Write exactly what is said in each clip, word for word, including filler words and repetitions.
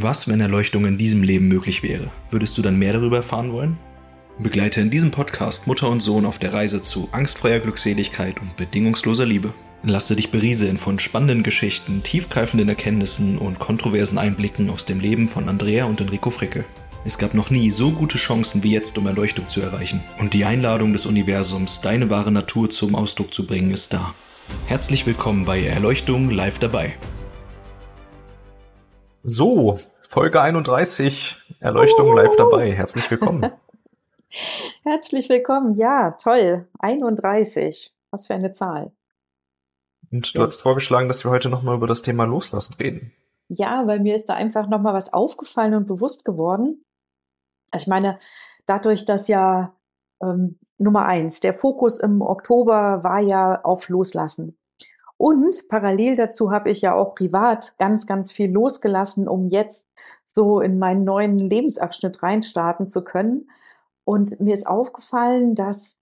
Was, wenn Erleuchtung in diesem Leben möglich wäre? Würdest du dann mehr darüber erfahren wollen? Begleite in diesem Podcast Mutter und Sohn auf der Reise zu angstfreier Glückseligkeit und bedingungsloser Liebe. Lasse dich berieseln von spannenden Geschichten, tiefgreifenden Erkenntnissen und kontroversen Einblicken aus dem Leben von Andrea und Enrico Fricke. Es gab noch nie so gute Chancen wie jetzt, um Erleuchtung zu erreichen. Und die Einladung des Universums, deine wahre Natur zum Ausdruck zu bringen, ist da. Herzlich willkommen bei Erleuchtung live dabei. So, Folge einunddreißig, Erleuchtung uh. live dabei. Herzlich willkommen. Herzlich willkommen. Ja, toll. einunddreißig. Was für eine Zahl. Und du ja. hast vorgeschlagen, dass wir heute nochmal über das Thema Loslassen reden. Ja, weil mir ist da einfach nochmal was aufgefallen und bewusst geworden. Also ich meine, dadurch, dass ja ähm, Nummer eins, der Fokus im Oktober war ja auf Loslassen. Und parallel dazu habe ich ja auch privat ganz, ganz viel losgelassen, um jetzt so in meinen neuen Lebensabschnitt reinstarten zu können. Und mir ist aufgefallen, dass,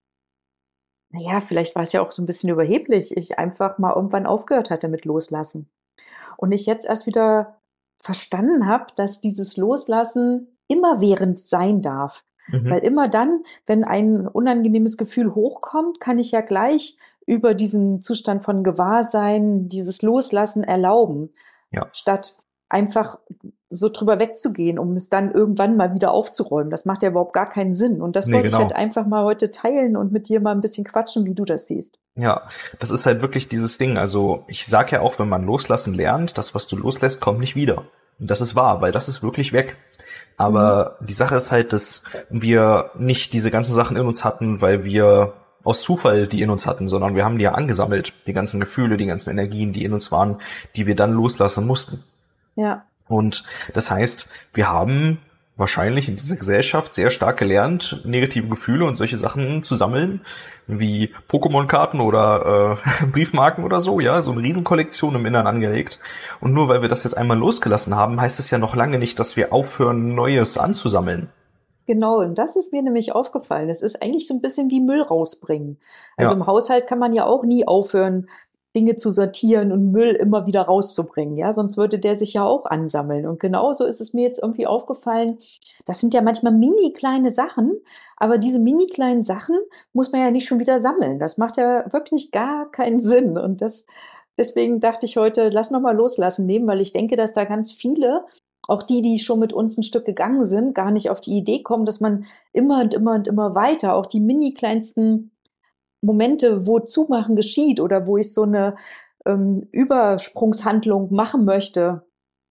naja, vielleicht war es ja auch so ein bisschen überheblich, ich einfach mal irgendwann aufgehört hatte mit Loslassen. Und ich jetzt erst wieder verstanden habe, dass dieses Loslassen immerwährend sein darf. Mhm. Weil immer dann, wenn ein unangenehmes Gefühl hochkommt, kann ich ja gleich über diesen Zustand von Gewahrsein, dieses Loslassen erlauben, ja. statt einfach so drüber wegzugehen, um es dann irgendwann mal wieder aufzuräumen. Das macht ja überhaupt gar keinen Sinn. Und das nee, wollte genau. ich halt einfach mal heute teilen und mit dir mal ein bisschen quatschen, wie du das siehst. Ja, das ist halt wirklich dieses Ding. Also ich sag ja auch, wenn man loslassen lernt, das, was du loslässt, kommt nicht wieder. Und das ist wahr, weil das ist wirklich weg. Aber mhm. die Sache ist halt, dass wir nicht diese ganzen Sachen in uns hatten, weil wir aus Zufall die in uns hatten, sondern wir haben die ja angesammelt, die ganzen Gefühle, die ganzen Energien, die in uns waren, die wir dann loslassen mussten. Ja. Und das heißt, wir haben wahrscheinlich in dieser Gesellschaft sehr stark gelernt, negative Gefühle und solche Sachen zu sammeln, wie Pokémon-Karten oder äh, Briefmarken oder so, ja, so eine Riesenkollektion im Inneren angelegt. Und nur weil wir das jetzt einmal losgelassen haben, heißt es ja noch lange nicht, dass wir aufhören, Neues anzusammeln. Genau, und das ist mir nämlich aufgefallen. Es ist eigentlich so ein bisschen wie Müll rausbringen. Also ja. im Haushalt kann man ja auch nie aufhören, Dinge zu sortieren und Müll immer wieder rauszubringen, ja, sonst würde der sich ja auch ansammeln. Und genauso ist es mir jetzt irgendwie aufgefallen, das sind ja manchmal mini kleine Sachen, aber diese mini kleinen Sachen muss man ja nicht schon wieder sammeln. Das macht ja wirklich gar keinen Sinn. Und das, deswegen dachte ich heute, lass nochmal loslassen nehmen, weil ich denke, dass da ganz viele, auch die, die schon mit uns ein Stück gegangen sind, gar nicht auf die Idee kommen, dass man immer und immer und immer weiter, auch die mini kleinsten Momente, wo Zumachen geschieht oder wo ich so eine ähm, Übersprungshandlung machen möchte,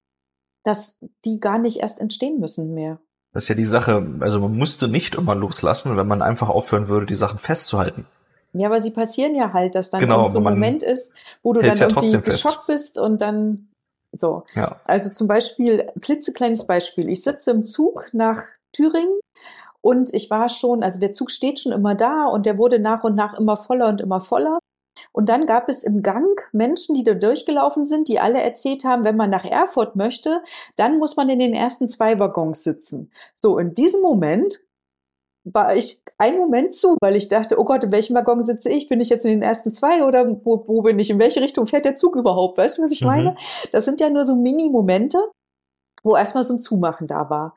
dass die gar nicht erst entstehen müssen mehr. Das ist ja die Sache, also man müsste nicht immer loslassen, wenn man einfach aufhören würde, die Sachen festzuhalten. Ja, aber sie passieren ja halt, dass dann genau, so ein Moment ist, wo du dann ja irgendwie geschockt bist und dann so. Ja. Also zum Beispiel, ein klitzekleines Beispiel, ich sitze im Zug nach Thüringen. Und ich war schon, also der Zug steht schon immer da und der wurde nach und nach immer voller und immer voller. Und dann gab es im Gang Menschen, die da durchgelaufen sind, die alle erzählt haben, wenn man nach Erfurt möchte, dann muss man in den ersten zwei Waggons sitzen. So, in diesem Moment war ich einen Moment zu, weil ich dachte, oh Gott, in welchem Waggon sitze ich? Bin ich jetzt in den ersten zwei oder wo, wo bin ich? In welche Richtung fährt der Zug überhaupt? Weißt du, was ich mhm. meine? Das sind ja nur so Mini-Momente, wo erstmal so ein Zumachen da war.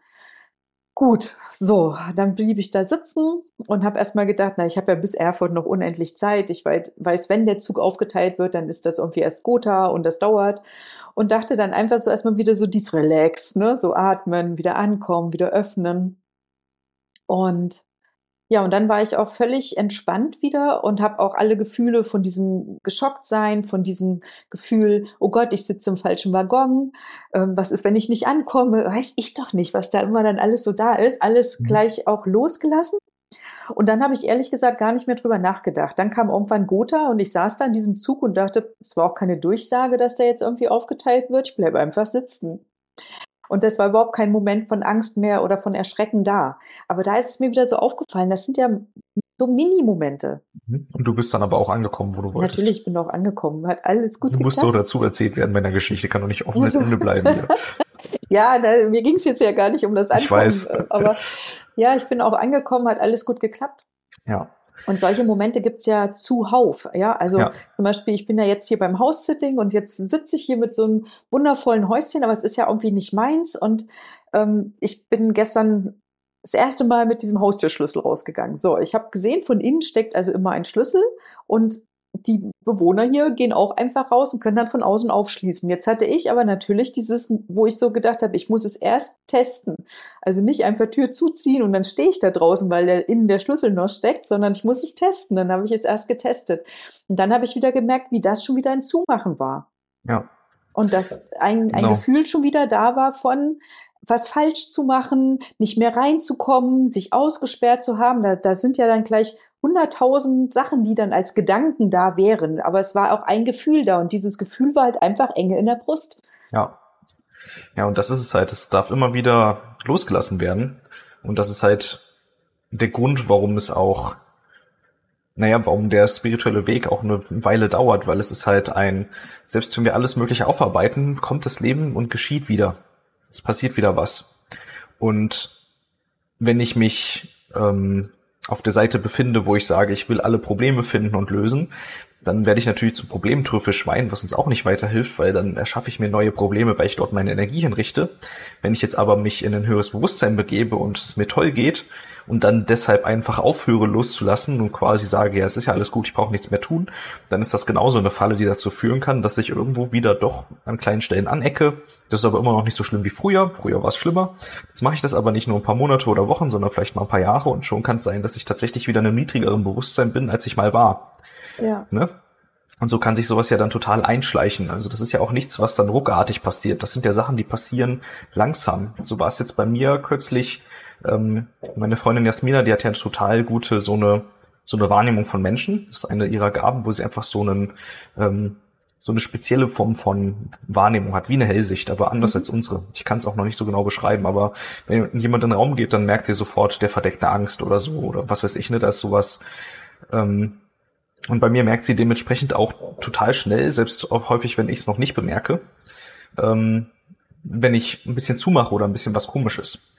Gut, so, dann blieb ich da sitzen und habe erstmal gedacht, na, ich habe ja bis Erfurt noch unendlich Zeit. Ich weiß, wenn der Zug aufgeteilt wird, dann ist das irgendwie erst Gotha und das dauert. Und dachte dann einfach so erstmal wieder so dies Relax, ne, so atmen, wieder ankommen, wieder öffnen. Und ja, und dann war ich auch völlig entspannt wieder und habe auch alle Gefühle von diesem Geschocktsein, von diesem Gefühl, oh Gott, ich sitze im falschen Waggon, ähm, was ist, wenn ich nicht ankomme, weiß ich doch nicht, was da immer dann alles so da ist, alles mhm. gleich auch losgelassen. Und dann habe ich ehrlich gesagt gar nicht mehr drüber nachgedacht. Dann kam irgendwann Gotha und ich saß da in diesem Zug und dachte, es war auch keine Durchsage, dass der jetzt irgendwie aufgeteilt wird, ich bleibe einfach sitzen. Und das war überhaupt kein Moment von Angst mehr oder von Erschrecken da. Aber da ist es mir wieder so aufgefallen, das sind ja so Mini-Momente. Und du bist dann aber auch angekommen, wo du wolltest. Natürlich, ich bin auch angekommen, hat alles gut geklappt. Du musst doch dazu erzählt werden bei der Geschichte, kann doch nicht offenes Ende bleiben hier. Ja, da, mir ging es jetzt ja gar nicht um das Ankommen. Ich weiß. Aber ja, ich bin auch angekommen, hat alles gut geklappt. Ja. Und solche Momente gibt's ja zuhauf, ja. Also Ja. zum Beispiel, ich bin ja jetzt hier beim House-Sitting und jetzt sitze ich hier mit so einem wundervollen Häuschen, aber es ist ja irgendwie nicht meins. Und ähm, ich bin gestern das erste Mal mit diesem Haustürschlüssel rausgegangen. So, ich habe gesehen, von innen steckt also immer ein Schlüssel und die Bewohner hier gehen auch einfach raus und können dann von außen aufschließen. Jetzt hatte ich aber natürlich dieses, wo ich so gedacht habe, ich muss es erst testen. Also nicht einfach Tür zuziehen und dann stehe ich da draußen, weil der innen der Schlüssel noch steckt, sondern ich muss es testen. Dann habe ich es erst getestet. Und dann habe ich wieder gemerkt, wie das schon wieder ein Zumachen war. Ja. Und dass ein, ein Genau. Gefühl schon wieder da war von, was falsch zu machen, nicht mehr reinzukommen, sich ausgesperrt zu haben. Da, da sind ja dann gleich hunderttausend Sachen, die dann als Gedanken da wären. Aber es war auch ein Gefühl da und dieses Gefühl war halt einfach Enge in der Brust. Ja. Ja, und das ist es halt. Es darf immer wieder losgelassen werden. Und das ist halt der Grund, warum es auch, naja, warum der spirituelle Weg auch eine Weile dauert, weil es ist halt ein, selbst wenn wir alles Mögliche aufarbeiten, kommt das Leben und geschieht wieder. Es passiert wieder was. Und wenn ich mich ähm, auf der Seite befinde, wo ich sage, ich will alle Probleme finden und lösen, dann werde ich natürlich zu Problemtrüffelschwein, was uns auch nicht weiterhilft, weil dann erschaffe ich mir neue Probleme, weil ich dort meine Energie hinrichte. Wenn ich jetzt aber mich in ein höheres Bewusstsein begebe und es mir toll geht und dann deshalb einfach aufhöre loszulassen und quasi sage, ja, es ist ja alles gut, ich brauche nichts mehr tun, dann ist das genauso eine Falle, die dazu führen kann, dass ich irgendwo wieder doch an kleinen Stellen anecke. Das ist aber immer noch nicht so schlimm wie früher. Früher war es schlimmer. Jetzt mache ich das aber nicht nur ein paar Monate oder Wochen, sondern vielleicht mal ein paar Jahre und schon kann es sein, dass ich tatsächlich wieder in einem niedrigeren Bewusstsein bin, als ich mal war. Ja. Ne? Und so kann sich sowas ja dann total einschleichen. Also das ist ja auch nichts, was dann ruckartig passiert. Das sind ja Sachen, die passieren langsam. So war es jetzt bei mir kürzlich. Ähm, meine Freundin Jasmina, die hat ja eine total gute so eine so eine Wahrnehmung von Menschen. Das ist eine ihrer Gaben, wo sie einfach so einen ähm, so eine spezielle Form von Wahrnehmung hat, wie eine Hellsicht, aber anders mhm. als unsere. Ich kann es auch noch nicht so genau beschreiben, aber wenn jemand in den Raum geht, dann merkt sie sofort, der verdeckt eine Angst oder so oder was weiß ich, ne, da ist sowas. Ähm, Und bei mir merkt sie dementsprechend auch total schnell, selbst auch häufig, wenn ich es noch nicht bemerke, ähm, wenn ich ein bisschen zumache oder ein bisschen was Komisches.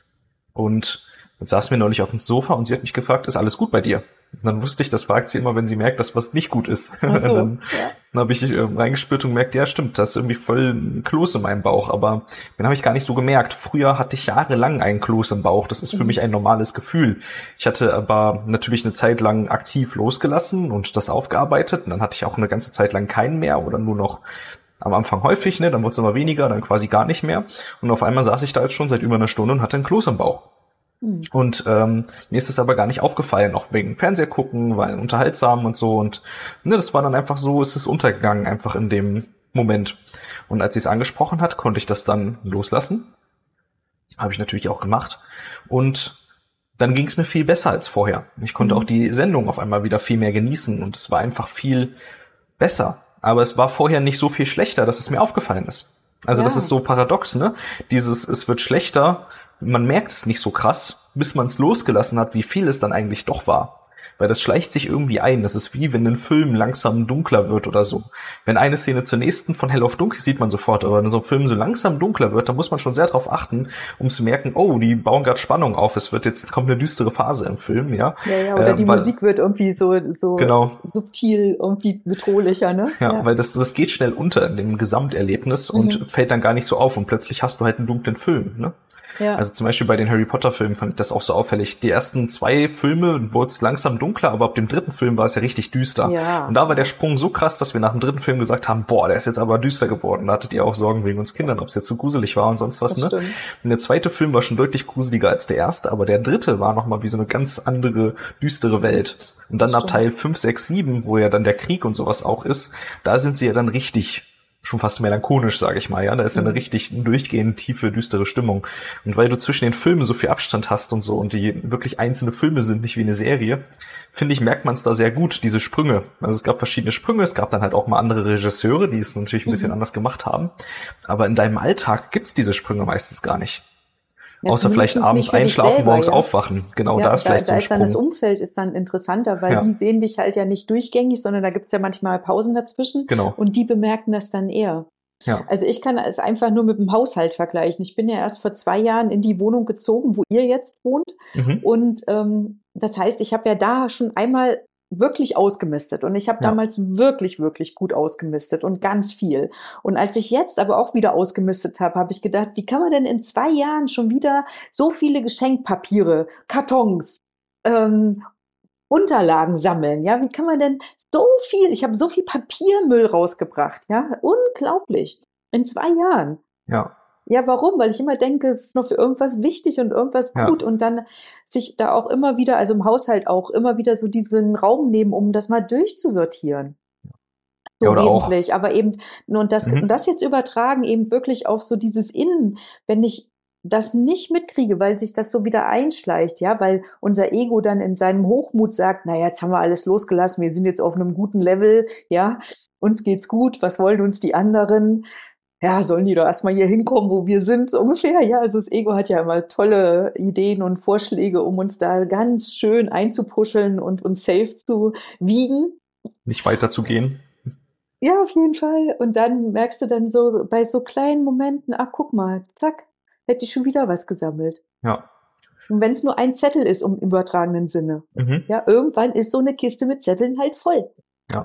Und jetzt saßen wir neulich auf dem Sofa und sie hat mich gefragt, ist alles gut bei dir? Und dann wusste ich, das fragt sie immer, wenn sie merkt, dass was nicht gut ist. Ach so, dann ja. dann habe ich äh, reingespürt und gemerkt, ja stimmt, da ist irgendwie voll ein Kloß in meinem Bauch. Aber den habe ich gar nicht so gemerkt. Früher hatte ich jahrelang einen Kloß im Bauch. Das ist für Mhm. mich ein normales Gefühl. Ich hatte aber natürlich eine Zeit lang aktiv losgelassen und das aufgearbeitet. Und dann hatte ich auch eine ganze Zeit lang keinen mehr oder nur noch am Anfang häufig, ne? Dann wurde es immer weniger, dann quasi gar nicht mehr. Und auf einmal saß ich da jetzt schon seit über einer Stunde und hatte einen Kloß im Bauch. Mhm. Und ähm, mir ist es aber gar nicht aufgefallen, auch wegen Fernseher gucken, weil unterhaltsam und so. Und ne, das war dann einfach so, es ist untergegangen einfach in dem Moment. Und als sie es angesprochen hat, konnte ich das dann loslassen. Habe ich natürlich auch gemacht. Und dann ging es mir viel besser als vorher. Ich konnte Mhm. auch die Sendung auf einmal wieder viel mehr genießen und es war einfach viel besser. Aber es war vorher nicht so viel schlechter, dass es mir aufgefallen ist. Also Ja. das ist so paradox, ne? Dieses, es wird schlechter, man merkt es nicht so krass, bis man es losgelassen hat, wie viel es dann eigentlich doch war. Weil das schleicht sich irgendwie ein. Das ist wie, wenn ein Film langsam dunkler wird oder so. Wenn eine Szene zur nächsten von hell auf dunkel sieht man sofort, aber wenn so ein Film so langsam dunkler wird, dann muss man schon sehr darauf achten, um zu merken, oh, die bauen gerade Spannung auf, es wird jetzt, kommt eine düstere Phase im Film, ja. Ja, ja, oder Äh, die weil, Musik wird irgendwie so, so Genau. subtil, irgendwie bedrohlicher, ne? Ja, weil das, das geht schnell unter in dem Gesamterlebnis und Mhm. fällt dann gar nicht so auf und plötzlich hast du halt einen dunklen Film, ne? Ja. Also zum Beispiel bei den Harry Potter Filmen fand ich das auch so auffällig. Die ersten zwei Filme wurde es langsam dunkler, aber ab dem dritten Film war es ja richtig düster. Ja. Und da war der Sprung so krass, dass wir nach dem dritten Film gesagt haben, boah, der ist jetzt aber düster geworden. Da hattet ihr auch Sorgen wegen uns Kindern, ob es jetzt so gruselig war und sonst was, Das ne? stimmt. Und der zweite Film war schon deutlich gruseliger als der erste, aber der dritte war nochmal wie so eine ganz andere, düstere Welt. Und dann Das ab stimmt. Teil fünf, sechs, sieben, wo ja dann der Krieg und sowas auch ist, da sind sie ja dann richtig schon fast melancholisch, sage ich mal, ja, da ist ja eine Mhm. richtig durchgehend tiefe, düstere Stimmung. Und weil du zwischen den Filmen so viel Abstand hast und so und die wirklich einzelne Filme sind, nicht wie eine Serie, finde ich, merkt man es da sehr gut, diese Sprünge. Also es gab verschiedene Sprünge, es gab dann halt auch mal andere Regisseure, die es natürlich ein bisschen Mhm. anders gemacht haben. Aber in deinem Alltag gibt's diese Sprünge meistens gar nicht. Ja, Außer vielleicht zumindest abends nicht für dich einschlafen, selber, morgens ja. aufwachen. Genau, Ja, da ist vielleicht da so ein ist dann das Sprung. Umfeld ist dann interessanter, weil Ja. die sehen dich halt ja nicht durchgängig, sondern da gibt's ja manchmal Pausen dazwischen Genau. und die bemerken das dann eher. Ja. Also ich kann es einfach nur mit dem Haushalt vergleichen. Ich bin ja erst vor zwei Jahren in die Wohnung gezogen, wo ihr jetzt wohnt. Mhm. Und ähm, das heißt, ich habe ja da schon einmal wirklich ausgemistet. Und ich habe Ja. damals wirklich, wirklich gut ausgemistet und ganz viel. Und als ich jetzt aber auch wieder ausgemistet habe, habe ich gedacht, wie kann man denn in zwei Jahren schon wieder so viele Geschenkpapiere, Kartons, ähm, Unterlagen sammeln? Ja, wie kann man denn so viel, ich habe so viel Papiermüll rausgebracht, ja, unglaublich. In zwei Jahren. Ja. Ja, warum? Weil ich immer denke, es ist noch für irgendwas wichtig und irgendwas Ja. gut und dann sich da auch immer wieder, also im Haushalt auch, immer wieder so diesen Raum nehmen, um das mal durchzusortieren. So Ja, oder auch- wesentlich. Aber eben, und das, Mhm. und das jetzt übertragen eben wirklich auf so dieses Innen, wenn ich das nicht mitkriege, weil sich das so wieder einschleicht, ja, weil unser Ego dann in seinem Hochmut sagt, naja, jetzt haben wir alles losgelassen, wir sind jetzt auf einem guten Level, ja, uns geht's gut, was wollen uns die anderen? Ja, sollen die doch erstmal hier hinkommen, wo wir sind, so ungefähr. Ja, also das Ego hat ja immer tolle Ideen und Vorschläge, um uns da ganz schön einzupuscheln und uns safe zu wiegen. Nicht weiterzugehen. Ja, auf jeden Fall. Und dann merkst du dann so bei so kleinen Momenten, ach, guck mal, zack, hätte ich schon wieder was gesammelt. Ja. Und wenn es nur ein Zettel ist, im übertragenen Sinne. Mhm. Ja, irgendwann ist so eine Kiste mit Zetteln halt voll. Ja.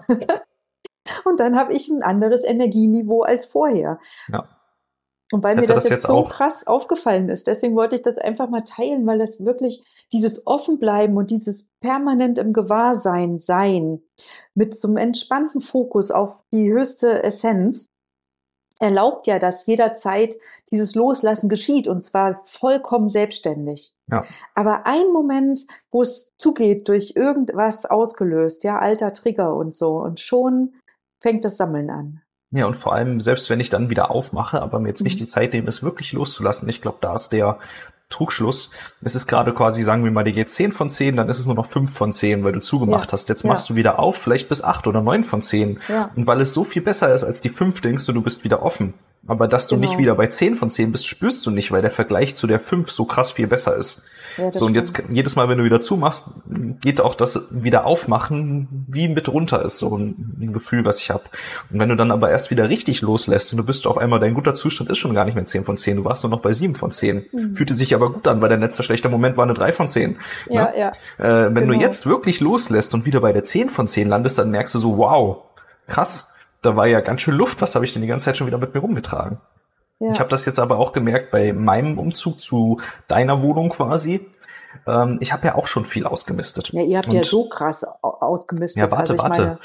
Und dann habe ich ein anderes Energieniveau als vorher. Ja. Und weil mir Hätte das, das jetzt jetzt so auch- krass aufgefallen ist, deswegen wollte ich das einfach mal teilen, weil das wirklich dieses Offenbleiben und dieses permanent im Gewahrsein sein mit so einem entspannten Fokus auf die höchste Essenz erlaubt ja, dass jederzeit dieses Loslassen geschieht und zwar vollkommen selbstständig. Ja. Aber ein Moment, wo es zugeht, durch irgendwas ausgelöst, ja, alter Trigger und so, und schon fängt das Sammeln an. Ja, und vor allem, selbst wenn ich dann wieder aufmache, aber mir jetzt nicht Mhm. die Zeit nehme, es wirklich loszulassen, ich glaube, da ist der Trugschluss. Es ist gerade quasi, sagen wir mal, dir geht zehn von zehn, dann ist es nur noch fünf von zehn, weil du zugemacht Ja. hast. Jetzt Ja. machst du wieder auf, vielleicht bis acht oder neun von zehn. Ja. Und weil es so viel besser ist als die fünf, denkst du, du bist wieder offen. Aber dass du Genau. nicht wieder bei zehn von zehn bist, spürst du nicht, weil der Vergleich zu der fünf so krass viel besser ist. Ja, das So, und jetzt stimmt. jedes Mal, wenn du wieder zumachst, geht auch das wieder aufmachen wie mit runter, ist so ein, ein Gefühl, was ich habe. Und wenn du dann aber erst wieder richtig loslässt und du bist auf einmal, dein guter Zustand ist schon gar nicht mehr zehn von zehn, du warst nur noch bei sieben von zehn. Mhm. Fühlte sich aber gut an, weil dein letzter schlechter Moment war eine drei von zehn. Ja, ne? ja. Äh, wenn Genau. du jetzt wirklich loslässt und wieder bei der zehn von zehn landest, dann merkst du so, wow, krass, da war ja ganz schön Luft, was habe ich denn die ganze Zeit schon wieder mit mir rumgetragen? Ja. Ich habe das jetzt aber auch gemerkt bei meinem Umzug zu deiner Wohnung quasi. Ähm, ich habe ja auch schon viel ausgemistet. Ja, ihr habt Und ja so krass au- ausgemistet. Ja, warte, also ich warte. meine,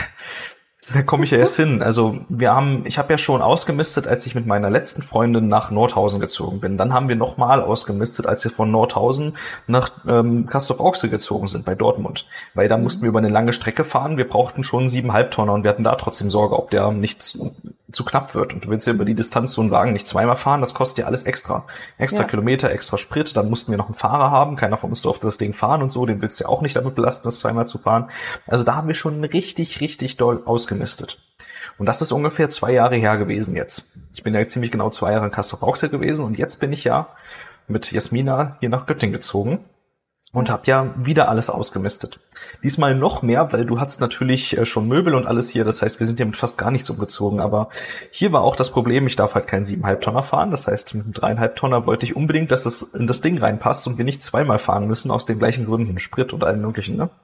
Da komme ich ja erst hin. Also wir haben, ich habe ja schon ausgemistet, als ich mit meiner letzten Freundin nach Nordhausen gezogen bin. Dann haben wir nochmal ausgemistet, als wir von Nordhausen nach ähm, Castrop-Rauxel gezogen sind, bei Dortmund. Weil da mussten wir über eine lange Strecke fahren. Wir brauchten schon siebeneinhalb Tonner und wir hatten da trotzdem Sorge, ob der nicht zu, zu knapp wird. Und du willst ja über die Distanz so einen Wagen nicht zweimal fahren, das kostet ja alles extra. Extra Ja. Kilometer, extra Sprit. Dann mussten wir noch einen Fahrer haben. Keiner von uns durfte das Ding fahren und so. Den willst du ja auch nicht damit belasten, das zweimal zu fahren. Also da haben wir schon richtig, richtig doll ausgemistet. Und das ist ungefähr zwei Jahre her gewesen jetzt. Ich bin ja jetzt ziemlich genau zwei Jahre in Castrop-Rauxel gewesen und jetzt bin ich ja mit Jasmina hier nach Göttingen gezogen und habe ja wieder alles ausgemistet. Diesmal noch mehr, weil du hattest natürlich äh, schon Möbel und alles hier. Das heißt, wir sind ja mit fast gar nichts umgezogen. Aber hier war auch das Problem, ich darf halt keinen siebeneinhalb Tonner fahren. Das heißt, mit einem dreieinhalb Tonner wollte ich unbedingt, dass es in das Ding reinpasst und wir nicht zweimal fahren müssen, aus den gleichen Gründen, Sprit und allem möglichen. Ne?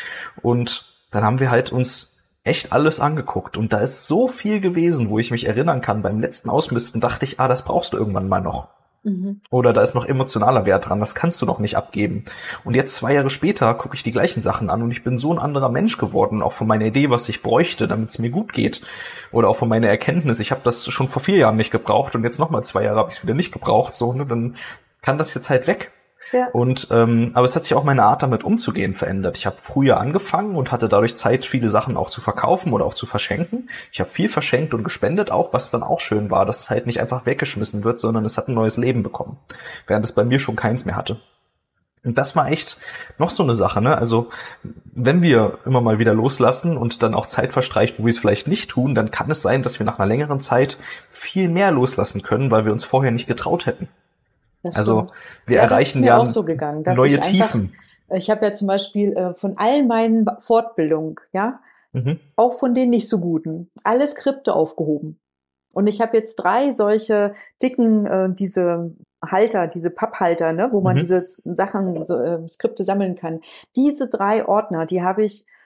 Und dann haben wir halt uns echt alles angeguckt. Und da ist so viel gewesen, wo ich mich erinnern kann. Beim letzten Ausmisten dachte ich, ah, das brauchst du irgendwann mal noch. mhm. Oder da ist noch emotionaler Wert dran, das kannst du noch nicht abgeben. Und jetzt zwei Jahre später gucke ich die gleichen Sachen an und ich bin so ein anderer Mensch geworden, auch von meiner Idee, was ich bräuchte, damit es mir gut geht. Oder auch von meiner Erkenntnis, ich habe das schon vor vier Jahren nicht gebraucht und jetzt nochmal zwei Jahre habe ich es wieder nicht gebraucht. So, ne, dann kann das jetzt halt weg. Ja. Und ähm, aber es hat sich auch meine Art, damit umzugehen, verändert. Ich habe früher angefangen und hatte dadurch Zeit, viele Sachen auch zu verkaufen oder auch zu verschenken. Ich habe viel verschenkt und gespendet auch, was dann auch schön war, dass es halt nicht einfach weggeschmissen wird, sondern es hat ein neues Leben bekommen, während es bei mir schon keins mehr hatte. Und das war echt noch so eine Sache, ne? Also wenn wir immer mal wieder loslassen und dann auch Zeit verstreicht, wo wir es vielleicht nicht tun, dann kann es sein, dass wir nach einer längeren Zeit viel mehr loslassen können, weil wir uns vorher nicht getraut hätten. Das Also stimmt. wir Ja, das erreichen ist mir ja auch so gegangen, dass neue ich einfach, Tiefen. Ich habe ja zum Beispiel äh, von allen meinen Fortbildungen, ja, Mhm. auch von den nicht so guten, alle Skripte aufgehoben. Und ich habe jetzt drei solche dicken, äh, diese Halter, diese Papphalter, ne, wo man Mhm. diese Z- Sachen, so, äh, Skripte sammeln kann. Diese drei Ordner, die habe ich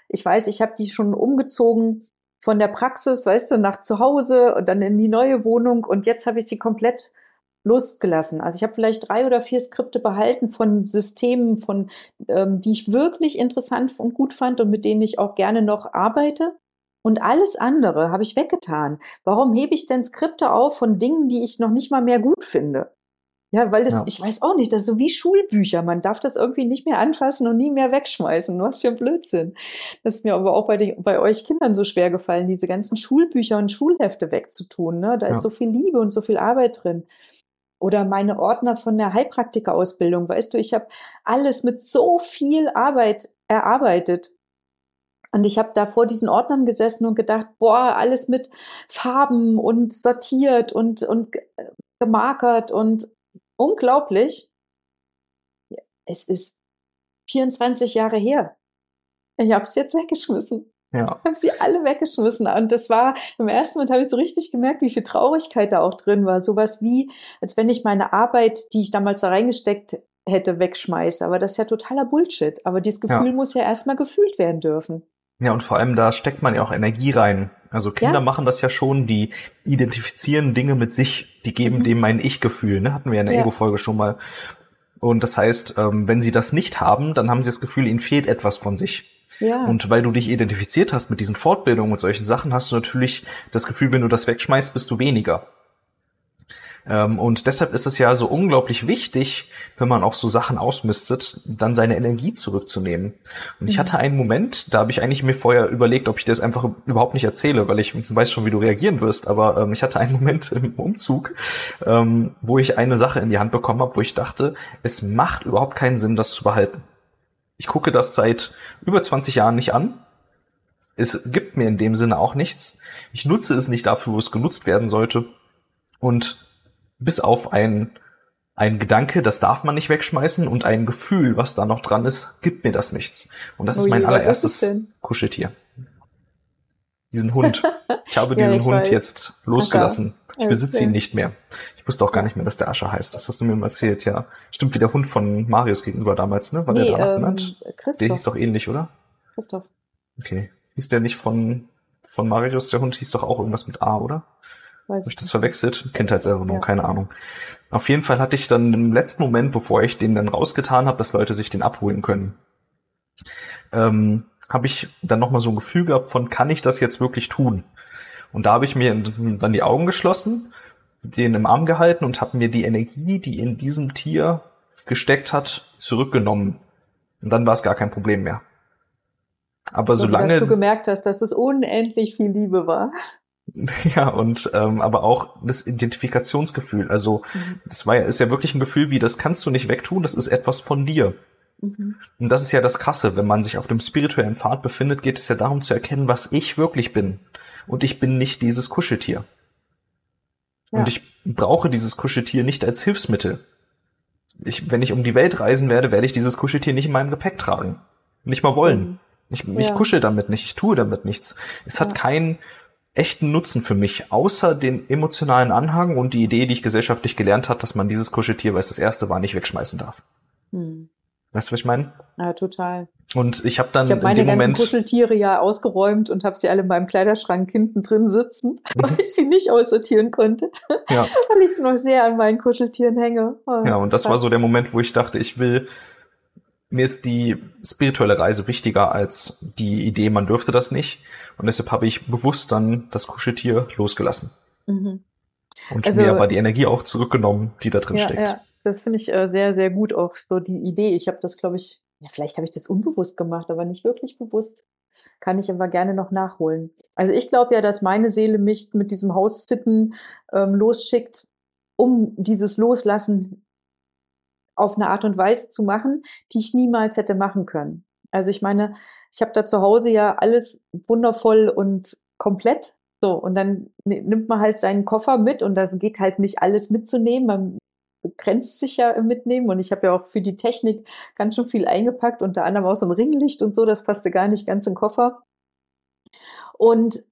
ich weiß, ich habe die schon umgezogen von der Praxis, weißt du, nach zu Hause und dann in die neue Wohnung und jetzt habe ich sie komplett losgelassen. Also ich habe vielleicht drei oder vier Skripte behalten von Systemen, von ähm, die ich wirklich interessant und gut fand und mit denen ich auch gerne noch arbeite. Und alles andere habe ich weggetan. Warum hebe ich denn Skripte auf von Dingen, die ich noch nicht mal mehr gut finde? Ja, weil das, Ja. ich weiß auch nicht, das ist so wie Schulbücher. Man darf das irgendwie nicht mehr anfassen und nie mehr wegschmeißen. Was für ein Blödsinn. Das ist mir aber auch bei, den, bei euch Kindern so schwer gefallen, diese ganzen Schulbücher und Schulhefte wegzutun. Ne? Da Ja. ist so viel Liebe und so viel Arbeit drin. Oder meine Ordner von der Heilpraktikerausbildung. Weißt du, ich habe alles mit so viel Arbeit erarbeitet. Und ich habe da vor diesen Ordnern gesessen und gedacht, boah, alles mit Farben und sortiert und, und gemarkert und unglaublich. Es ist vierundzwanzig Jahre her. Ich habe es jetzt weggeschmissen. Ja. Ich habe sie alle weggeschmissen. Und das war, im ersten Moment habe ich so richtig gemerkt, wie viel Traurigkeit da auch drin war. Sowas wie, als wenn ich meine Arbeit, die ich damals da reingesteckt hätte, wegschmeiße. Aber das ist ja totaler Bullshit. Aber dieses Gefühl Ja. muss ja erstmal gefühlt werden dürfen. Ja, und vor allem da steckt man ja auch Energie rein. Also Kinder Ja. machen das ja schon, die identifizieren Dinge mit sich, die geben Mhm. dem ein Ich-Gefühl, ne? Hatten wir in der Ja. Ego-Folge schon mal. Und das heißt, ähm, wenn sie das nicht haben, dann haben sie das Gefühl, ihnen fehlt etwas von sich. Ja. Und weil du dich identifiziert hast mit diesen Fortbildungen und solchen Sachen, hast du natürlich das Gefühl, wenn du das wegschmeißt, bist du weniger. Ähm, und deshalb ist es ja so unglaublich wichtig, wenn man auch so Sachen ausmistet, dann seine Energie zurückzunehmen. Und ich Mhm. hatte einen Moment, da habe ich eigentlich mir vorher überlegt, ob ich das einfach überhaupt nicht erzähle, weil ich weiß schon, wie du reagieren wirst, aber ähm, ich hatte einen Moment im Umzug, ähm, wo ich eine Sache in die Hand bekommen habe, wo ich dachte, es macht überhaupt keinen Sinn, das zu behalten. Ich gucke das seit über zwanzig Jahren nicht an. Es gibt mir in dem Sinne auch nichts. Ich nutze es nicht dafür, wo es genutzt werden sollte. Und bis auf ein, ein Gedanke, das darf man nicht wegschmeißen, und ein Gefühl, was da noch dran ist, gibt mir das nichts. Und das Oh ist mein je, was ist es allererstes denn? Kuscheltier. Diesen Hund. Ich habe Ja, diesen ich Hund weiß. jetzt losgelassen. Ich besitze Okay. ihn nicht mehr. Ich wusste auch gar nicht mehr, dass der Ascher heißt. Das hast du mir mal erzählt, ja. Stimmt, wie der Hund von Marius gegenüber damals, ne? War Nee, der danach ähm, benannt? Der hieß Christoph. doch ähnlich, oder? Christoph. Okay. Hieß der nicht von, von Marius, der Hund hieß doch auch irgendwas mit A, oder? Weiß Habe ich das nicht. verwechselt? Kindheitserinnerung, Ja. keine Ahnung. Auf jeden Fall hatte ich dann im letzten Moment, bevor ich den dann rausgetan habe, dass Leute sich den abholen können, ähm, habe ich dann nochmal so ein Gefühl gehabt von, kann ich das jetzt wirklich tun? Und da habe ich mir dann die Augen geschlossen, den im Arm gehalten und habe mir die Energie, die in diesem Tier gesteckt hat, zurückgenommen. Und dann war es gar kein Problem mehr. Aber So, solange... dass du gemerkt hast, dass es unendlich viel Liebe war. Ja, und ähm, aber auch das Identifikationsgefühl. Also Mhm. das war ja, ist ja wirklich ein Gefühl wie, das kannst du nicht wegtun, das ist etwas von dir. Mhm. Und das ist ja das Krasse, wenn man sich auf dem spirituellen Pfad befindet, geht es ja darum zu erkennen, was ich wirklich bin. Und ich bin nicht dieses Kuscheltier. Ja. Und ich brauche dieses Kuscheltier nicht als Hilfsmittel. Ich, wenn ich um die Welt reisen werde, werde ich dieses Kuscheltier nicht in meinem Gepäck tragen. Nicht mal wollen. Mhm. Ich, ich Ja. kuschel damit nicht, ich tue damit nichts. Es hat Ja. keinen echten Nutzen für mich, außer den emotionalen Anhang und die Idee, die ich gesellschaftlich gelernt habe, dass man dieses Kuscheltier, weil es das erste war, nicht wegschmeißen darf. Mhm. Weißt du, was ich meine? Ja, total. Und ich habe dann Ich habe in meine dem ganzen Moment... Kuscheltiere ja ausgeräumt und habe sie alle in meinem Kleiderschrank hinten drin sitzen, Mhm. weil ich sie nicht aussortieren konnte, Ja, weil ich sie noch sehr an meinen Kuscheltieren hänge. Oh, ja, und das war krass. so der Moment, wo ich dachte, ich will... Mir ist die spirituelle Reise wichtiger als die Idee, man dürfte das nicht. Und deshalb habe ich bewusst dann das Kuscheltier losgelassen. Mhm. Und Also- mir aber die Energie auch zurückgenommen, die da drin Ja, steckt. ja, das finde ich äh, sehr, sehr gut auch so die Idee. Ich habe das, glaube ich, ja, vielleicht habe ich das unbewusst gemacht, aber nicht wirklich bewusst. Kann ich aber gerne noch nachholen. Also ich glaube ja, dass meine Seele mich mit diesem Haussitten ähm, losschickt, um dieses Loslassen auf eine Art und Weise zu machen, die ich niemals hätte machen können. Also ich meine, ich habe da zu Hause ja alles wundervoll und komplett. So, und dann nimmt man halt seinen Koffer mit und da geht halt nicht alles mitzunehmen. Man begrenzt sich ja im Mitnehmen und ich habe ja auch für die Technik ganz schön viel eingepackt, unter anderem auch so ein Ringlicht und so, das passte gar nicht ganz in den Koffer. Und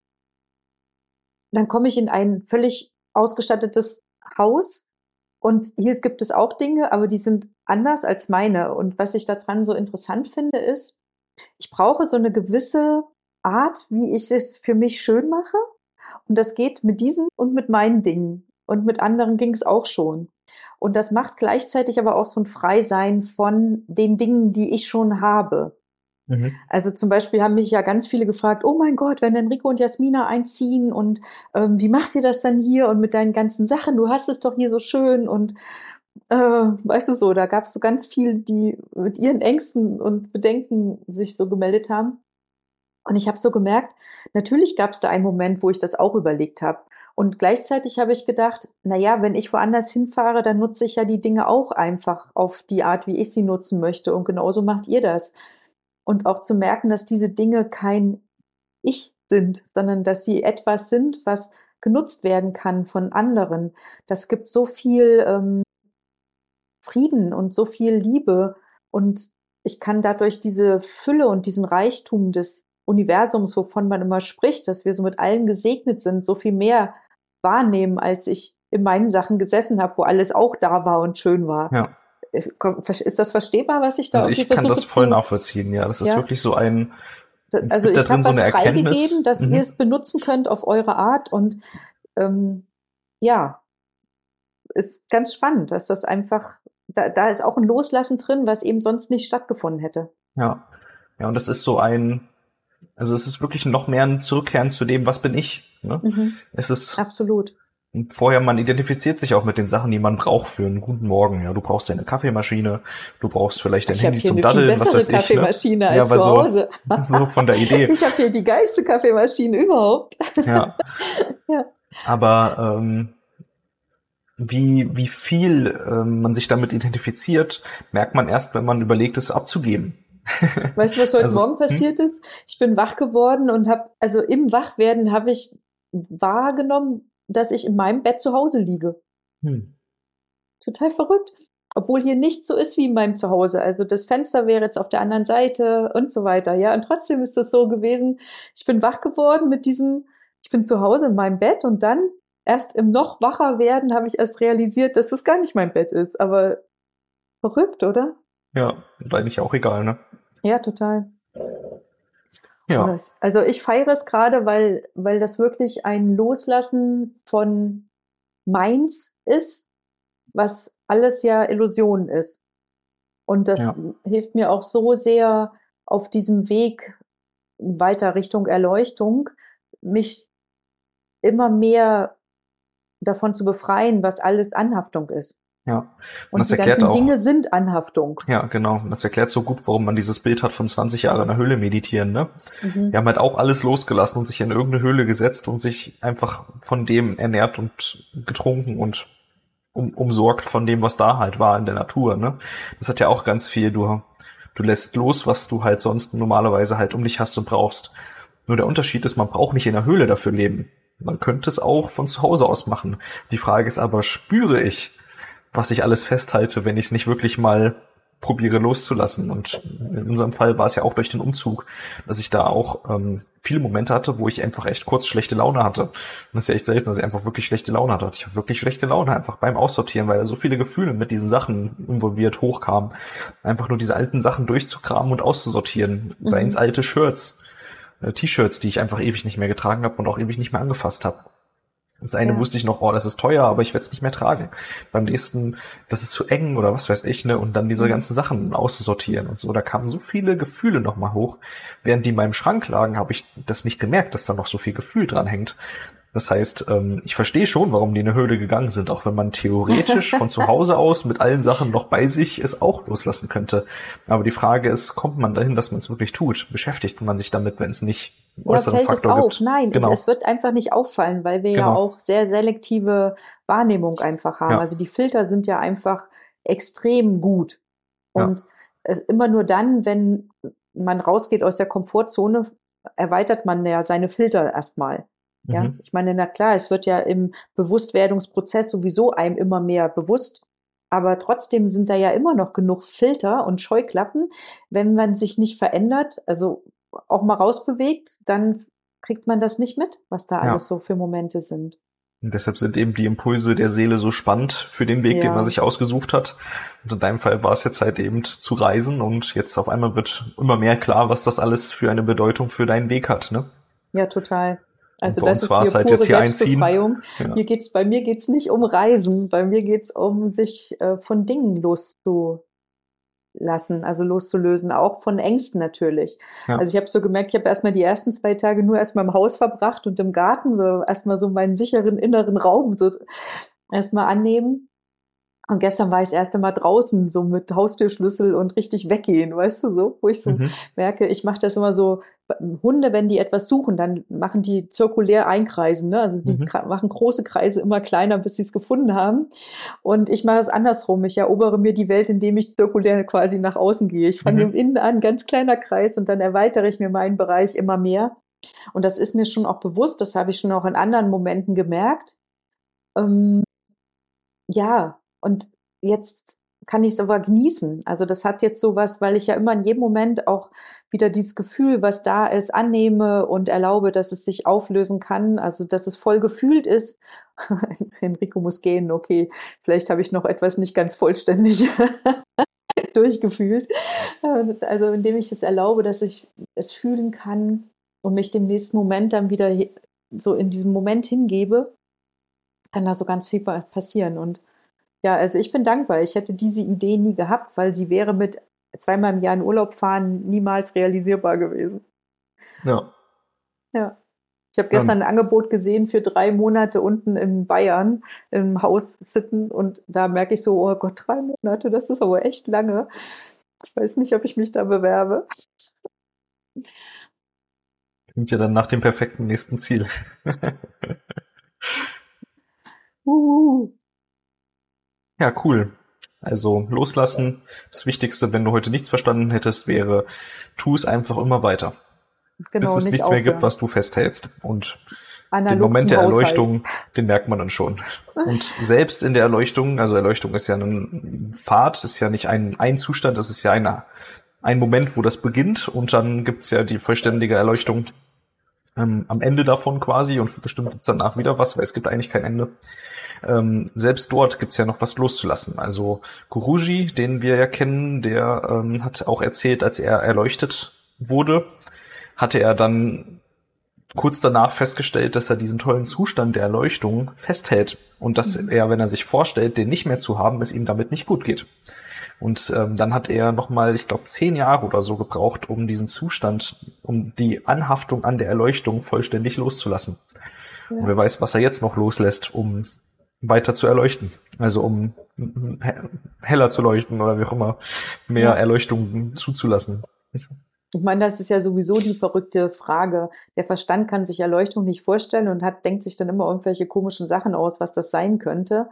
dann komme ich in ein völlig ausgestattetes Haus und hier gibt es auch Dinge, aber die sind anders als meine. Und was ich daran so interessant finde, ist, Ich brauche so eine gewisse Art, wie ich es für mich schön mache. Und das geht mit diesen und mit meinen Dingen. Und mit anderen ging es auch schon. Und das macht gleichzeitig aber auch so ein Freisein von den Dingen, die ich schon habe. Mhm. Also zum Beispiel haben mich ja ganz viele gefragt, oh mein Gott, wenn Enrico und Jasmina einziehen und ähm, wie macht ihr das dann hier und mit deinen ganzen Sachen? Du hast es doch hier so schön und äh, weißt du so, da gab es so ganz viele, die mit ihren Ängsten und Bedenken sich so gemeldet haben. Und ich habe so gemerkt, natürlich gab es da einen Moment, wo ich das auch überlegt habe. Und gleichzeitig habe ich gedacht, na ja, wenn ich woanders hinfahre, dann nutze ich ja die Dinge auch einfach auf die Art, wie ich sie nutzen möchte. Und genauso macht ihr das. Und auch zu merken, dass diese Dinge kein Ich sind, sondern dass sie etwas sind, was genutzt werden kann von anderen. Das gibt so viel ähm, Frieden und so viel Liebe. Und ich kann dadurch diese Fülle und diesen Reichtum des Universums, wovon man immer spricht, dass wir so mit allem gesegnet sind, so viel mehr wahrnehmen, als ich in meinen Sachen gesessen habe, wo alles auch da war und schön war. Ja. Ist das verstehbar, was ich da Also irgendwie ich kann versuche das voll zu... nachvollziehen, ja. Das ist Ja. wirklich so ein, es Also gibt da ich drin habe so was eine Erkenntnis. freigegeben, dass Mhm. ihr es benutzen könnt auf eure Art und ähm, ja, ist ganz spannend, dass das einfach, da, da ist auch ein Loslassen drin, was eben sonst nicht stattgefunden hätte. Ja. Ja, und das ist so ein, also es ist wirklich noch mehr ein Zurückkehren zu dem, was bin ich, ne? Mhm. Es ist Absolut. vorher, man identifiziert sich auch mit den Sachen, die man braucht für einen guten Morgen. Ja, du brauchst deine Kaffeemaschine, du brauchst vielleicht dein Ich habe Handy hier zum eine Daddeln, viel was bessere weiß ich, ne? Kaffeemaschine Ja, als aber zu so- Hause. So von der Idee. Ich habe hier die geilste Kaffeemaschine überhaupt. Ja. Ja. Aber ähm, wie wie viel ähm, man sich damit identifiziert, merkt man erst, wenn man überlegt, es abzugeben. Weißt du, was heute Also, Morgen hm? passiert ist? Ich bin wach geworden und habe, also im Wachwerden habe ich wahrgenommen, dass ich in meinem Bett zu Hause liege. Hm. Total verrückt. Obwohl hier nicht so ist wie in meinem Zuhause. Also das Fenster wäre jetzt auf der anderen Seite und so weiter. Ja, und trotzdem ist das so gewesen. Ich bin wach geworden mit diesem, ich bin zu Hause in meinem Bett und dann erst im noch wacher werden habe ich erst realisiert, dass das gar nicht mein Bett ist. Aber verrückt, oder? Ja, und eigentlich auch egal, ne? Ja, total. Ja. Also ich feiere es gerade, weil, weil das wirklich ein Loslassen von meins ist, was alles ja Illusion ist. Und das Ja. hilft mir auch so sehr auf diesem Weg weiter Richtung Erleuchtung, mich immer mehr davon zu befreien, was alles Anhaftung ist. Ja. Und, Und das die erklärt ganzen auch, Dinge sind Anhaftung. ja, genau. Und das erklärt so gut, warum man dieses Bild hat von zwanzig Jahren in der Höhle meditieren, ne? Mhm. Wir haben halt auch alles losgelassen und sich in irgendeine Höhle gesetzt und sich einfach von dem ernährt und getrunken und um, umsorgt von dem, was da halt war in der Natur, ne? Das hat ja auch ganz viel, du, du lässt los, was du halt sonst normalerweise halt um dich hast und brauchst. Nur der Unterschied ist, man braucht nicht in der Höhle dafür leben. Man könnte es auch von zu Hause aus machen. Die Frage ist aber, spüre ich, was ich alles festhalte, wenn ich es nicht wirklich mal probiere loszulassen. Und in unserem Fall war es ja auch durch den Umzug, dass ich da auch ähm, viele Momente hatte, wo ich einfach echt kurz schlechte Laune hatte. Und das ist ja echt selten, dass ich einfach wirklich schlechte Laune hatte. Ich habe wirklich schlechte Laune einfach beim Aussortieren, weil da so viele Gefühle mit diesen Sachen involviert hochkamen. Einfach nur diese alten Sachen durchzukramen und auszusortieren. Mhm. Seien es alte Shirts, äh, T-Shirts, die ich einfach ewig nicht mehr getragen habe und auch ewig nicht mehr angefasst habe. Das eine Ja. wusste ich noch, oh, das ist teuer, aber ich werde es nicht mehr tragen. Beim nächsten, das ist zu eng oder was weiß ich, ne? Und dann diese Mhm. ganzen Sachen auszusortieren und so. Da kamen so viele Gefühle nochmal hoch. Während die in meinem Schrank lagen, habe ich das nicht gemerkt, dass da noch so viel Gefühl dran hängt. Das heißt, ähm, ich verstehe schon, warum die in eine Höhle gegangen sind, auch wenn man theoretisch von zu Hause aus mit allen Sachen noch bei sich es auch loslassen könnte. Aber die Frage ist, kommt man dahin, dass man es wirklich tut? Beschäftigt man sich damit, wenn es nicht einen Ja, äußeren fällt es Faktor auf? gibt? Nein, Genau. ich, es wird einfach nicht auffallen, weil wir ja Genau. auch sehr selektive Wahrnehmung einfach haben. Ja. Also die Filter sind ja einfach extrem gut. Ja. Und es immer nur dann, wenn man rausgeht aus der Komfortzone, erweitert man ja seine Filter erstmal. Ja, Mhm. ich meine, na klar, es wird ja im Bewusstwerdungsprozess sowieso einem immer mehr bewusst. Aber trotzdem sind da ja immer noch genug Filter und Scheuklappen. Wenn man sich nicht verändert, also auch mal rausbewegt, dann kriegt man das nicht mit, was da Ja. alles so für Momente sind. Und deshalb sind eben die Impulse der Seele so spannend für den Weg, ja. den man sich ausgesucht hat. Und in deinem Fall war es jetzt halt eben zu reisen und jetzt auf einmal wird immer mehr klar, was das alles für eine Bedeutung für deinen Weg hat, ne? Ja, total. Also das ist hier pure halt jetzt hier Selbstbefreiung. Ja. Hier geht's, bei mir geht's nicht um Reisen, bei mir geht's um sich äh, von Dingen loszulassen, also loszulösen, auch von Ängsten natürlich. Ja. Also ich habe so gemerkt, ich habe erstmal die ersten zwei Tage nur erstmal im Haus verbracht und im Garten, so erstmal so meinen sicheren inneren Raum so erstmal annehmen. Und gestern war ich das erste Mal draußen, so mit Haustürschlüssel und richtig weggehen, weißt du, so, wo ich so mhm. merke, ich mache das immer so, Hunde, wenn die etwas suchen, dann machen die zirkulär einkreisen, ne? Also die mhm. machen große Kreise immer kleiner, bis sie es gefunden haben. Und ich mache es andersrum. Ich erobere mir die Welt, indem ich zirkulär quasi nach außen gehe. Ich fange mhm. im Innen an, ganz kleiner Kreis, und dann erweitere ich mir meinen Bereich immer mehr. Und das ist mir schon auch bewusst, das habe ich schon auch in anderen Momenten gemerkt. Ähm, ja, und jetzt kann ich es aber genießen. Also das hat jetzt sowas, weil ich ja immer in jedem Moment auch wieder dieses Gefühl, was da ist, annehme und erlaube, dass es sich auflösen kann. Also dass es voll gefühlt ist. Enrico muss gehen, okay. Vielleicht habe ich noch etwas nicht ganz vollständig durchgefühlt. Also indem ich es erlaube, dass ich es fühlen kann und mich dem nächsten Moment dann wieder so in diesem Moment hingebe, kann da so ganz viel passieren. Und ja, also ich bin dankbar. Ich hätte diese Idee nie gehabt, weil sie wäre mit zweimal im Jahr in Urlaub fahren niemals realisierbar gewesen. Ja. Ja. Ich habe gestern ein Angebot gesehen für drei Monate unten in Bayern im Haus sitten, und da merke ich so, oh Gott, drei Monate, das ist aber echt lange. Ich weiß nicht, ob ich mich da bewerbe. Klingt ja dann nach dem perfekten nächsten Ziel. uh. Ja, cool. Also loslassen. Das Wichtigste, wenn du heute nichts verstanden hättest, wäre, tu es einfach immer weiter. Genau, bis es nichts aufhören. mehr gibt, was du festhältst. Und Analog den Moment der Erleuchtung, den merkt man dann schon. Und selbst in der Erleuchtung, also Erleuchtung ist ja ein Pfad, ist ja nicht ein, ein Zustand, das ist ja eine, ein Moment, wo das beginnt, und dann gibt's ja die vollständige Erleuchtung ähm, am Ende davon quasi, und bestimmt gibt's danach wieder was, weil es gibt eigentlich kein Ende. Ähm, selbst dort gibt's ja noch was loszulassen. Also Guruji, den wir ja kennen, der ähm, hat auch erzählt, als er erleuchtet wurde, hatte er dann kurz danach festgestellt, dass er diesen tollen Zustand der Erleuchtung festhält und dass mhm. er, wenn er sich vorstellt, den nicht mehr zu haben, es ihm damit nicht gut geht. Und ähm, dann hat er nochmal, ich glaube, zehn Jahre oder so gebraucht, um diesen Zustand, um die Anhaftung an der Erleuchtung vollständig loszulassen. Ja. Und wer weiß, was er jetzt noch loslässt, um weiter zu erleuchten. Also um heller zu leuchten oder wie auch immer, mehr ja. Erleuchtung zuzulassen. Ich meine, das ist ja sowieso die verrückte Frage. Der Verstand kann sich Erleuchtung nicht vorstellen und hat, denkt sich dann immer irgendwelche komischen Sachen aus, was das sein könnte.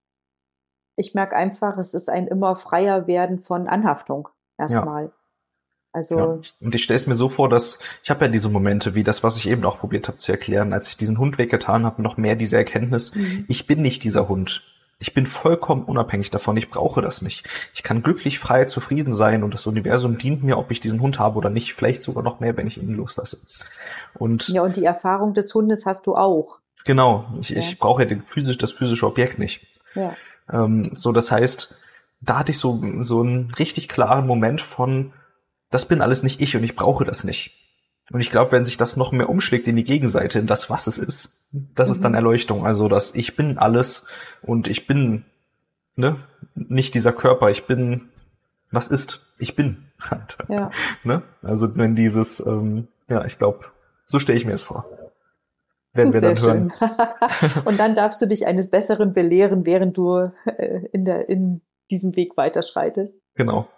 Ich merke einfach, es ist ein immer freier werden von Anhaftung erstmal. Ja. Also ja. Und ich stelle es mir so vor, dass ich habe ja diese Momente, wie das, was ich eben auch probiert habe zu erklären, als ich diesen Hund weggetan habe, noch mehr diese Erkenntnis, mhm. ich bin nicht dieser Hund. Ich bin vollkommen unabhängig davon, ich brauche das nicht. Ich kann glücklich, frei, zufrieden sein, und das Universum dient mir, ob ich diesen Hund habe oder nicht, vielleicht sogar noch mehr, wenn ich ihn loslasse. Und ja, und die Erfahrung des Hundes hast du auch. Genau, ich, ja. ich brauche ja den physisch, das physische Objekt nicht. Ja. Ähm, so, das heißt, da hatte ich so, so einen richtig klaren Moment von, das bin alles nicht ich und ich brauche das nicht. Und ich glaube, wenn sich das noch mehr umschlägt in die Gegenseite, in das, was es ist, das mhm. ist dann Erleuchtung. Also, dass ich bin alles und ich bin, ne, nicht dieser Körper, ich bin, was ist? Ich bin. Ja. Ne? Also, wenn dieses, ähm, ja, ich glaube, so stelle ich mir es vor. Werden wir Sehr dann hören. Schön. Und dann darfst du dich eines Besseren belehren, während du äh, in der, in diesem Weg weiterschreitest. Genau.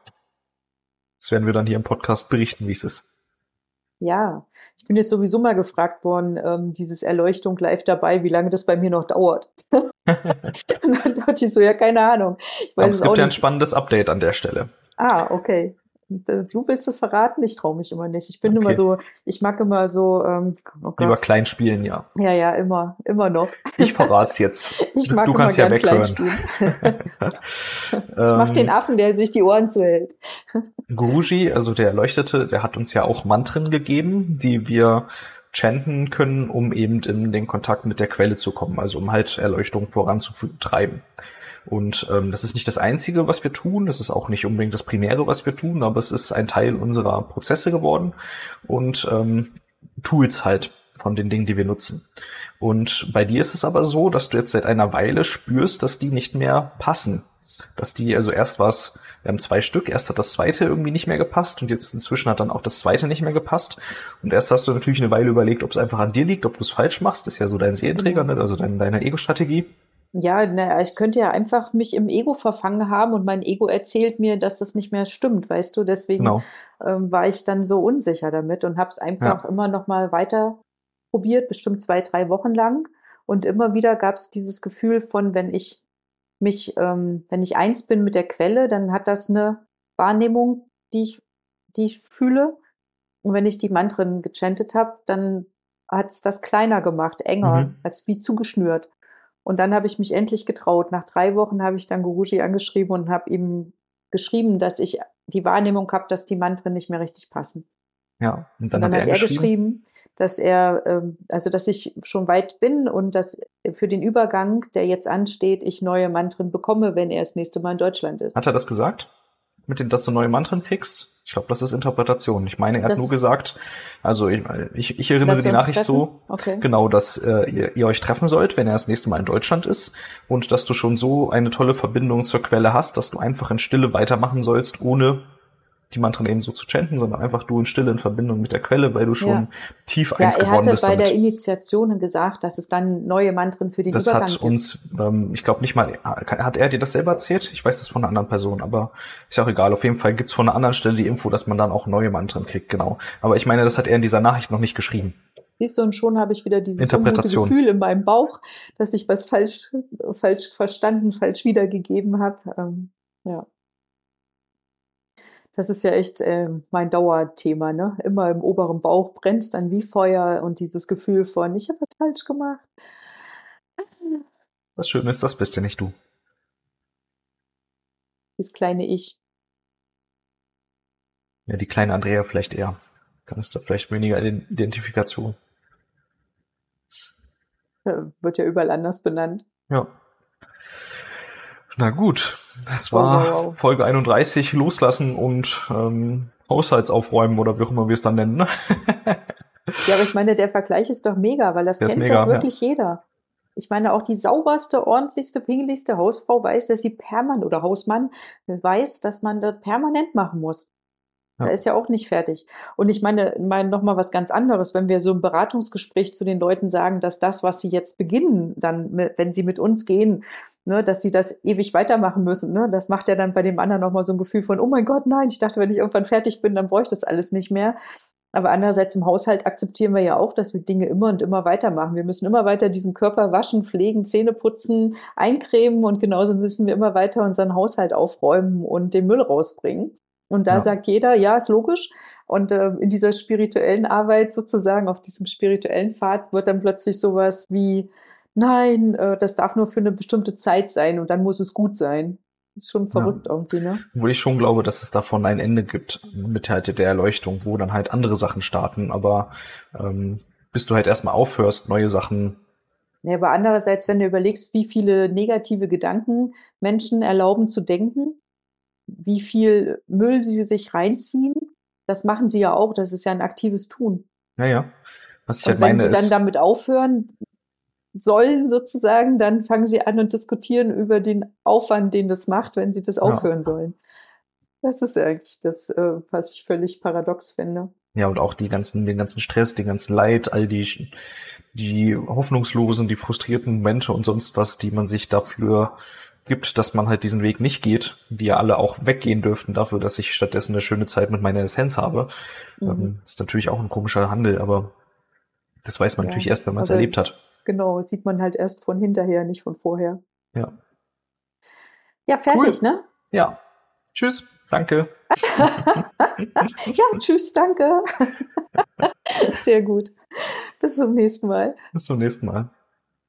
Das werden wir dann hier im Podcast berichten, wie es ist. Ja, ich bin jetzt sowieso mal gefragt worden, ähm, dieses Erleuchtung live dabei, wie lange das bei mir noch dauert. Und dann dachte ich so, ja, keine Ahnung. Ich weiß Aber es gibt auch ja nicht. ein spannendes Update an der Stelle. Ah, okay. Du willst es verraten? Ich traue mich immer nicht. Ich bin Okay. immer so, ich mag immer so, ähm, oh Gott. Lieber klein spielen, ja. Ja, ja, immer, immer noch. Ich verrat's jetzt. Ich mag du immer kannst ja gern klein weghören. spielen. Ich mag den Affen, der sich die Ohren zuhält. Guruji, also der Erleuchtete, der hat uns ja auch Mantren gegeben, die wir chanten können, um eben in den Kontakt mit der Quelle zu kommen, also um halt Erleuchtung voranzutreiben. Und ähm, das ist nicht das Einzige, was wir tun, das ist auch nicht unbedingt das Primäre, was wir tun, aber es ist ein Teil unserer Prozesse geworden und ähm, Tools halt von den Dingen, die wir nutzen. Und bei dir ist es aber so, dass du jetzt seit einer Weile spürst, dass die nicht mehr passen. Dass die, also erst war es, wir haben zwei Stück, erst hat das zweite irgendwie nicht mehr gepasst und jetzt inzwischen hat dann auch das zweite nicht mehr gepasst. Und erst hast du natürlich eine Weile überlegt, ob es einfach an dir liegt, ob du es falsch machst. Das ist ja so dein Seelenträger, ne? Also dein, deine Ego-Strategie. Ja, naja, ich könnte ja einfach mich im Ego verfangen haben und mein Ego erzählt mir, dass das nicht mehr stimmt, weißt du? Deswegen Genau. ähm, war ich dann so unsicher damit und habe es einfach Ja. immer noch mal weiter probiert, bestimmt zwei, drei Wochen lang. Und immer wieder gab es dieses Gefühl von, wenn ich mich, ähm, wenn ich eins bin mit der Quelle, dann hat das eine Wahrnehmung, die ich, die ich fühle. Und wenn ich die Mantren gechantet habe, dann hat es das kleiner gemacht, enger, Mhm. als wie zugeschnürt. Und dann habe ich mich endlich getraut. Nach drei Wochen habe ich dann Guruji angeschrieben und habe ihm geschrieben, dass ich die Wahrnehmung habe, dass die Mantren nicht mehr richtig passen. Ja, und Und dann, dann hat hat er er geschrieben, geschrieben, dass er, ähm, also dass ich schon weit bin und dass für den Übergang, der jetzt ansteht, ich neue Mantren bekomme, wenn er das nächste Mal in Deutschland ist. hat er das gesagt? Mit dem, dass du neue Mantren kriegst? Ich glaube, das ist Interpretation. Ich meine, er hat Das nur ist- gesagt, also ich, ich, ich erinnere Dass die wir uns Nachricht treffen? so, Okay. genau, dass äh, ihr, ihr euch treffen sollt, wenn er das nächste Mal in Deutschland ist und dass du schon so eine tolle Verbindung zur Quelle hast, dass du einfach in Stille weitermachen sollst, ohne die Mantren eben so zu chanten, sondern einfach du in Stille in Verbindung mit der Quelle, weil du schon Ja. tief Ja, eins er geworden hatte bist bei der damit. Initiation gesagt, dass es dann neue Mantren für den Das Übergang hat gibt. uns, ähm, ich glaube nicht mal, hat er dir das selber erzählt? Ich weiß das von einer anderen Person, aber ist ja auch egal. Auf jeden Fall gibt's von einer anderen Stelle die Info, dass man dann auch neue Mantren kriegt, genau. Aber ich meine, das hat er in dieser Nachricht noch nicht geschrieben. Siehst du, und schon habe ich wieder dieses ungute Interpretation. Gefühl in meinem Bauch, dass ich was falsch, falsch verstanden, falsch wiedergegeben habe. Ähm, ja. Das ist ja echt äh, mein Dauerthema, ne? Immer im oberen Bauch brennt dann wie Feuer und dieses Gefühl von, ich habe was falsch gemacht. Das Schöne ist, das bist ja nicht du. Das kleine Ich. Ja, die kleine Andrea vielleicht eher. Dann ist da vielleicht weniger Identifikation. Äh, Wird ja überall anders benannt. Ja. Na gut, das Wow, war wow, wow. Folge einunddreißig, loslassen und ähm, Haushaltsaufräumen oder wie auch immer wir es dann nennen. Ne? Ja, aber ich meine, der Vergleich ist doch mega, weil das Der ist kennt mega, doch wirklich jeder. Ich meine, auch die sauberste, ordentlichste, pingeligste Hausfrau weiß, dass sie permanent, oder Hausmann weiß, dass man das permanent machen muss. Da Ja. ist ja auch nicht fertig. Und ich meine, meine noch mal was ganz anderes, wenn wir so im Beratungsgespräch zu den Leuten sagen, dass das, was sie jetzt beginnen, dann, mit, wenn sie mit uns gehen, ne, dass sie das ewig weitermachen müssen. Ne? Das macht ja dann bei dem anderen noch mal so ein Gefühl von, oh mein Gott, nein, ich dachte, wenn ich irgendwann fertig bin, dann brauche ich das alles nicht mehr. Aber andererseits im Haushalt akzeptieren wir ja auch, dass wir Dinge immer und immer weitermachen. Wir müssen immer weiter diesen Körper waschen, pflegen, Zähne putzen, eincremen und genauso müssen wir immer weiter unseren Haushalt aufräumen und den Müll rausbringen. Und da Ja. sagt jeder, ja, ist logisch. Und äh, in dieser spirituellen Arbeit sozusagen, auf diesem spirituellen Pfad, wird dann plötzlich sowas wie, nein, äh, das darf nur für eine bestimmte Zeit sein und dann muss es gut sein. Ist schon verrückt Ja. irgendwie, ne? Obwohl ich schon glaube, dass es davon ein Ende gibt, mit halt der Erleuchtung, wo dann halt andere Sachen starten. Aber ähm, bis du halt erstmal aufhörst, neue Sachen. Ja, aber andererseits, wenn du überlegst, wie viele negative Gedanken Menschen erlauben zu denken, wie viel Müll sie sich reinziehen, das machen sie ja auch, das ist ja ein aktives Tun. Naja, was ich Und halt wenn meine sie dann ist, damit aufhören sollen sozusagen, dann fangen sie an und diskutieren über den Aufwand, den das macht, wenn sie das Ja. aufhören sollen. Das ist ja eigentlich das, äh, was ich völlig paradox finde. ja, und auch die ganzen, den ganzen Stress, den ganzen Leid, all die, die hoffnungslosen, die frustrierten Momente und sonst was, die man sich dafür gibt, dass man halt diesen Weg nicht geht, die ja alle auch weggehen dürften dafür, dass ich stattdessen eine schöne Zeit mit meiner Essenz habe. Mhm. Ähm, ist natürlich auch ein komischer Handel, aber das weiß man Ja, natürlich erst, wenn man es aber- erlebt hat. Genau, sieht man halt erst von hinterher, nicht von vorher. Ja. Ja, fertig, Cool. ne? Ja. Tschüss. Danke. Ja, tschüss, danke. Sehr gut. Bis zum nächsten Mal. Bis zum nächsten Mal.